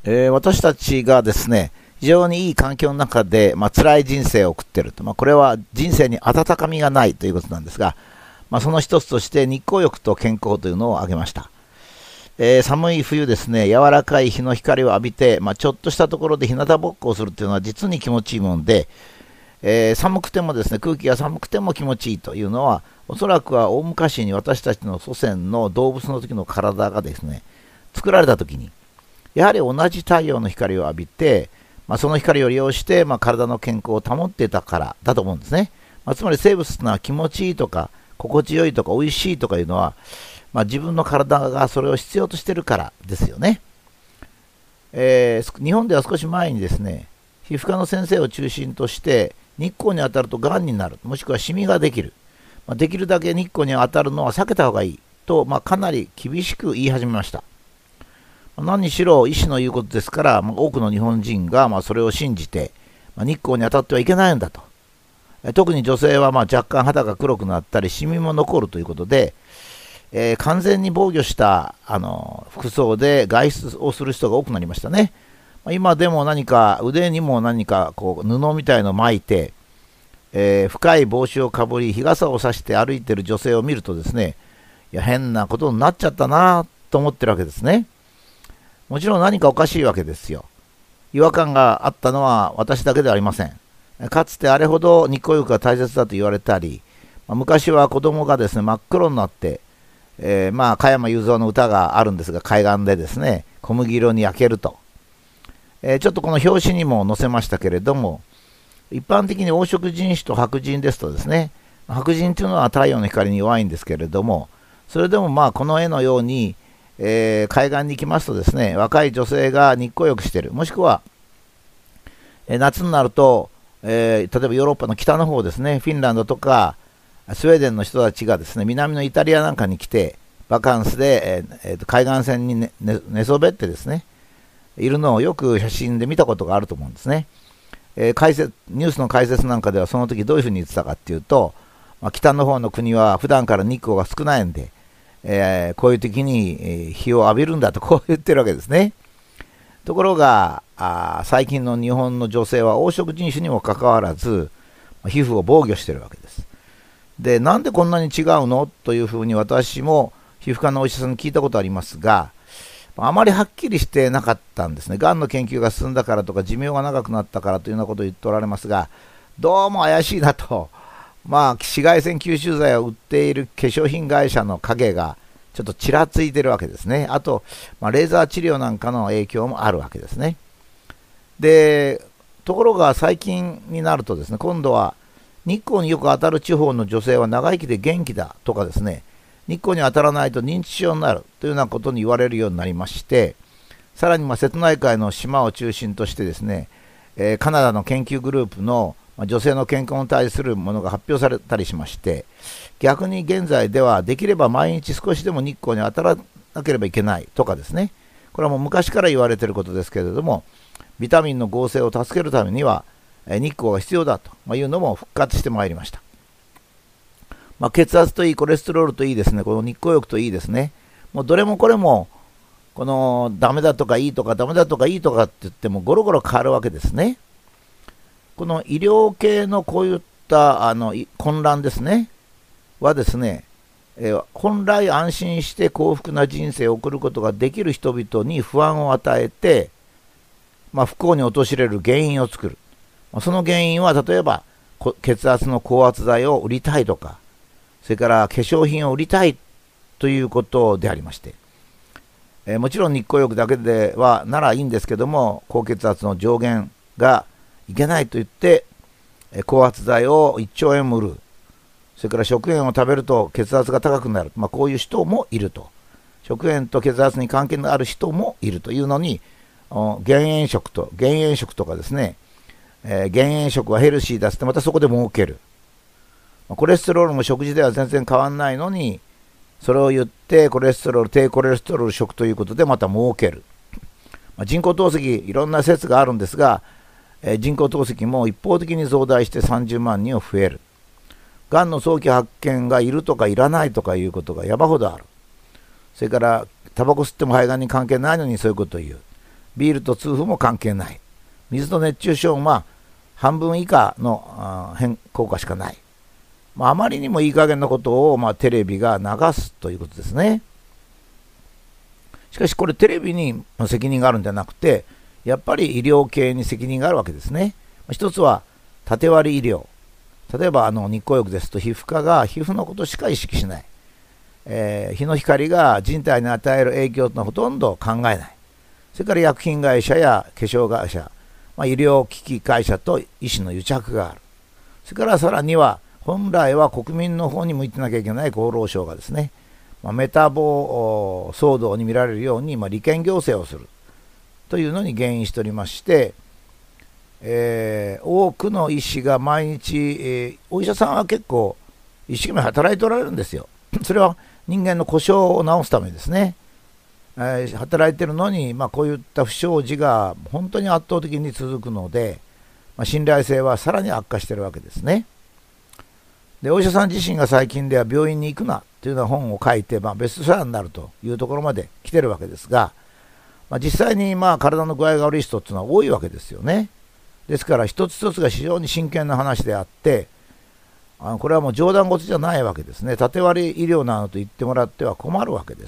私たちがですね、非常にいい環境の中で、辛い人生を送っていると、これは人生に温かみがないということなんですが、その一つとして日光浴と健康というのを挙げました。寒い冬ですね、柔らかい日の光を浴びて、ちょっとしたところで日向ぼっこをするというのは実に気持ちいいもので、寒くてもですね、空気が寒くても気持ちいいというのは、おそらくは大昔に私たちの祖先の動物の時の体がですね、作られた時に、やはり同じ太陽の光を浴びて、その光を利用して、体の健康を保っていたからだと思うんですね。つまり生物というのは気持ちいいとか、心地よいとか、美味しいとかいうのは、自分の体がそれを必要としているからですよね。日本では少し前にですね、皮膚科の先生を中心として、日光に当たるとがんになる、もしくはシミができる。できるだけ日光に当たるのは避けた方がいいと、かなり厳しく言い始めました。何にしろ医師の言うことですから、多くの日本人がそれを信じて、日光に当たってはいけないんだと。特に女性は若干肌が黒くなったり、シミも残るということで、完全に防御した服装で外出をする人が多くなりましたね。今でも何か腕にも何か布みたいのを巻いて、深い帽子をかぶり日傘を差して歩いている女性を見るとですね、いや変なことになっちゃったなと思ってるわけですね。もちろん何かおかしいわけですよ。違和感があったのは私だけではありません。かつてあれほど日光浴が大切だと言われたり、昔は子供がですね真っ黒になって、加山雄三の歌があるんですが、海岸でですね小麦色に焼けると、ちょっとこの表紙にも載せましたけれども、一般的に黄色人種と白人ですとですね、白人というのは太陽の光に弱いんですけれども、それでもこの絵のように、海岸に行きますとですね、若い女性が日光浴している、もしくは、夏になると、例えばヨーロッパの北の方ですね、フィンランドとかスウェーデンの人たちがですね、南のイタリアなんかに来てバカンスで、海岸線に、寝そべってですねいるのをよく写真で見たことがあると思うんですね。ニュースの解説なんかではその時どういうふうに言ってたかっていうと、北の方の国は普段から日光が少ないんで、こういう時に日を浴びるんだとこう言ってるわけですね。ところが最近の日本の女性は黄色人種にもかかわらず皮膚を防御しているわけです。で、なんでこんなに違うのというふうに私も皮膚科のお医者さんに聞いたことありますが、あまりはっきりしてなかったんですね。がんの研究が進んだからとか寿命が長くなったからというようなことを言っておられますが、どうも怪しいなと。紫外線吸収剤を売っている化粧品会社の影がちょっとちらついているわけですね。あと、レーザー治療なんかの影響もあるわけですね。で、ところが最近になるとですね、今度は日光によく当たる地方の女性は長生きで元気だとかですね、日光に当たらないと認知症になるというようなことに言われるようになりまして、さらに瀬戸内海の島を中心としてですね、カナダの研究グループの女性の健康に対するものが発表されたりしまして、逆に現在ではできれば毎日少しでも日光に当たらなければいけないとかですね、これはもう昔から言われていることですけれども、ビタミンの合成を助けるためには日光が必要だというのも復活してまいりました。血圧といい、コレステロールといいですね、この日光浴といいですね、もうどれもこれもこのダメだとかいいとかダメだとかいいとかって言ってもゴロゴロ変わるわけですね。この医療系のこういった混乱ですねはですね、本来安心して幸福な人生を送ることができる人々に不安を与えて、不幸に陥れる原因を作る。その原因は例えば血圧の高圧剤を売りたいとか、それから化粧品を売りたいということでありまして、もちろん日光浴だけではならいいんですけども、高血圧の上限がいけないと言って高圧剤を1兆円も売る。それから食塩を食べると血圧が高くなる、こういう人もいると。食塩と血圧に関係のある人もいるというのに、減塩食とかですね、減塩食はヘルシーだってまたそこで儲ける。コレステロールも食事では全然変わんないのに、それを言って低コレステロール食ということでまた儲ける。人工透析、いろんな説があるんですが、人工透析も一方的に増大して30万人を増える。がんの早期発見がいるとかいらないとかいうことが山ほどある。それからタバコ吸っても肺がんに関係ないのにそういうことを言う。 ビールと痛風も関係ない。水と熱中症も半分以下の効果しかない。あまりにもいい加減なことをテレビが流すということですね。しかしこれテレビに責任があるんじゃなくて、やっぱり医療系に責任があるわけですね。一つは縦割り医療。例えば日光浴ですと皮膚科が皮膚のことしか意識しない。日の光が人体に与える影響というのはほとんど考えない。それから薬品会社や化粧会社、医療機器会社と医師の癒着がある。それからさらには本来は国民の方に向いてなきゃいけない厚労省がですね、メタボ騒動に見られるように利権行政をするというのに原因しておりまして、多くの医師が毎日、お医者さんは結構一生懸命働いておられるんですよ。それは人間の故障を治すためですね。働いてるのに、こういった不祥事が本当に圧倒的に続くので、信頼性はさらに悪化しているわけですね。で、お医者さん自身が最近では病院に行くなというような本を書いて、ベストセラーになるというところまで来てるわけですが、実際に体の具合が悪い人っていうのは多いわけですよね。ですから一つ一つが非常に真剣な話であって、これはもう冗談事じゃないわけですね。縦割り医療などと言ってもらっては困るわけです。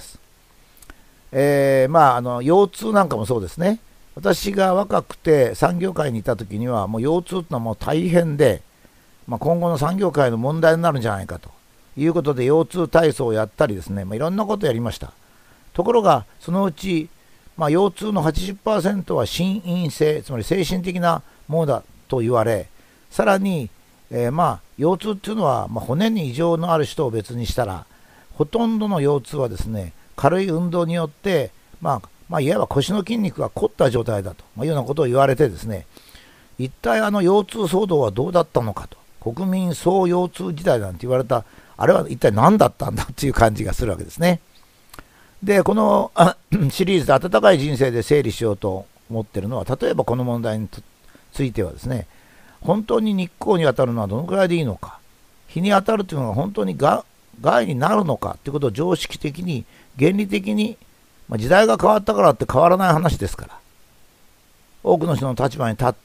腰痛なんかもそうですね。私が若くて産業界にいた時にはもう腰痛ってのはもう大変で、今後の産業界の問題になるんじゃないかということで腰痛体操をやったりですね、いろんなことをやりました。ところがそのうち、腰痛の 80% は心因性、つまり精神的なものだと言われ、さらに、腰痛っていうのは、骨に異常のある人を別にしたら、ほとんどの腰痛はですね、軽い運動によって、いわば腰の筋肉が凝った状態だというようなことを言われてですね、一体腰痛騒動はどうだったのかと、国民総腰痛時代なんて言われた、あれは一体何だったんだっていう感じがするわけですね。で、このシリーズで温かい人生で整理しようと思っているのは、例えばこの問題についてはですね、本当に日光に当たるのはどのくらいでいいのか、日に当たるというのが本当に害になるのかということを常識的に原理的に、時代が変わったからって変わらない話ですから、多くの人の立場に立って、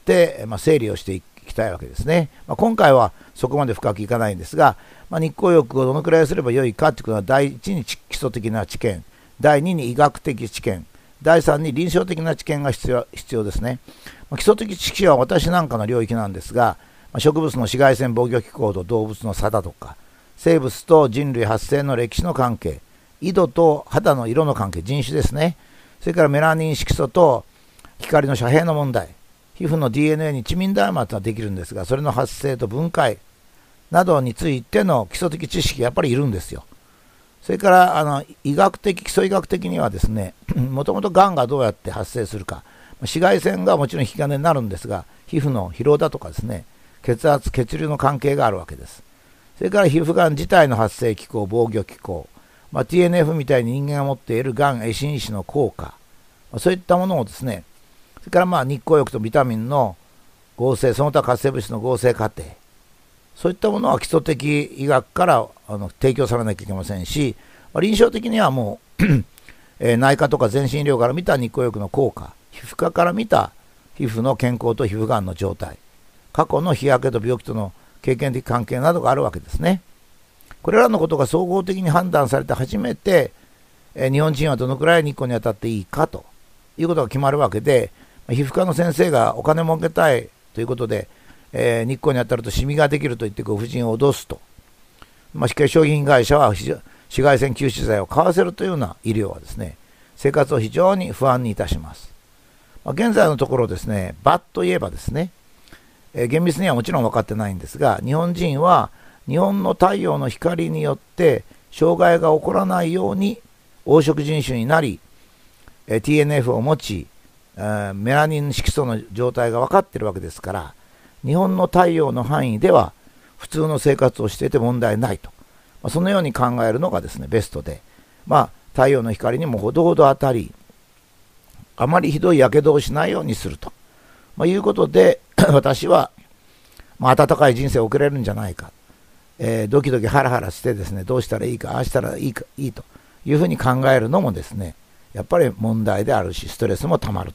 整理をしていきたいわけですね。今回はそこまで深くいかないんですが、日光浴をどのくらいすればよいかということは、第一に基礎的な知見、第二に医学的知見、第三に臨床的な知見が必要ですね。基礎的知識は私なんかの領域なんですが、植物の紫外線防御機構と動物の差だとか、生物と人類発生の歴史の関係、緯度と肌の色の関係、人種ですね。それからメラニン色素と光の遮蔽の問題、皮膚の DNA に致命ダイマーというのはできるんですが、それの発生と分解などについての基礎的知識がやっぱりいるんですよ。それから医学的、基礎医学的にはですね、もともとがんがどうやって発生するか、紫外線がもちろん引き金になるんですが、皮膚の疲労だとかですね、血圧、血流の関係があるわけです。それから皮膚がん自体の発生機構、防御機構、TNF みたいに人間が持っているがんエシン子の効果、そういったものをですね、それから日光浴とビタミンの合成、その他活性物質の合成過程、そういったものは基礎的医学から提供されなきゃいけませんし、臨床的にはもう、内科とか全身医療から見た日光浴の効果、皮膚科から見た皮膚の健康と皮膚がんの状態、過去の日焼けと病気との経験的関係などがあるわけですね。これらのことが総合的に判断されて初めて、日本人はどのくらい日光に当たっていいかということが決まるわけで、皮膚科の先生がお金儲けたいということで、日光に当たるとシミができると言ってご婦人を脅すと、化粧品会社は紫外線吸収剤を買わせるというような医療はですね、生活を非常に不安にいたします。現在のところですね、バッと言えばですね、厳密にはもちろん分かってないんですが、日本人は日本の太陽の光によって障害が起こらないように黄色人種になり、TNF を持ち、メラニン色素の状態が分かっているわけですから、日本の太陽の範囲では普通の生活をしていて問題ないと、そのように考えるのがですねベストで、太陽の光にもほどほど当たり、あまりひどいやけどをしないようにすると、いうことで私は、温かい人生を送れるんじゃないか、ドキドキハラハラしてですね、どうしたらいいか、ああしたらいいというふうに考えるのもですね、やっぱり問題であるし、ストレスもたまると、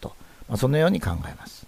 そのように考えます。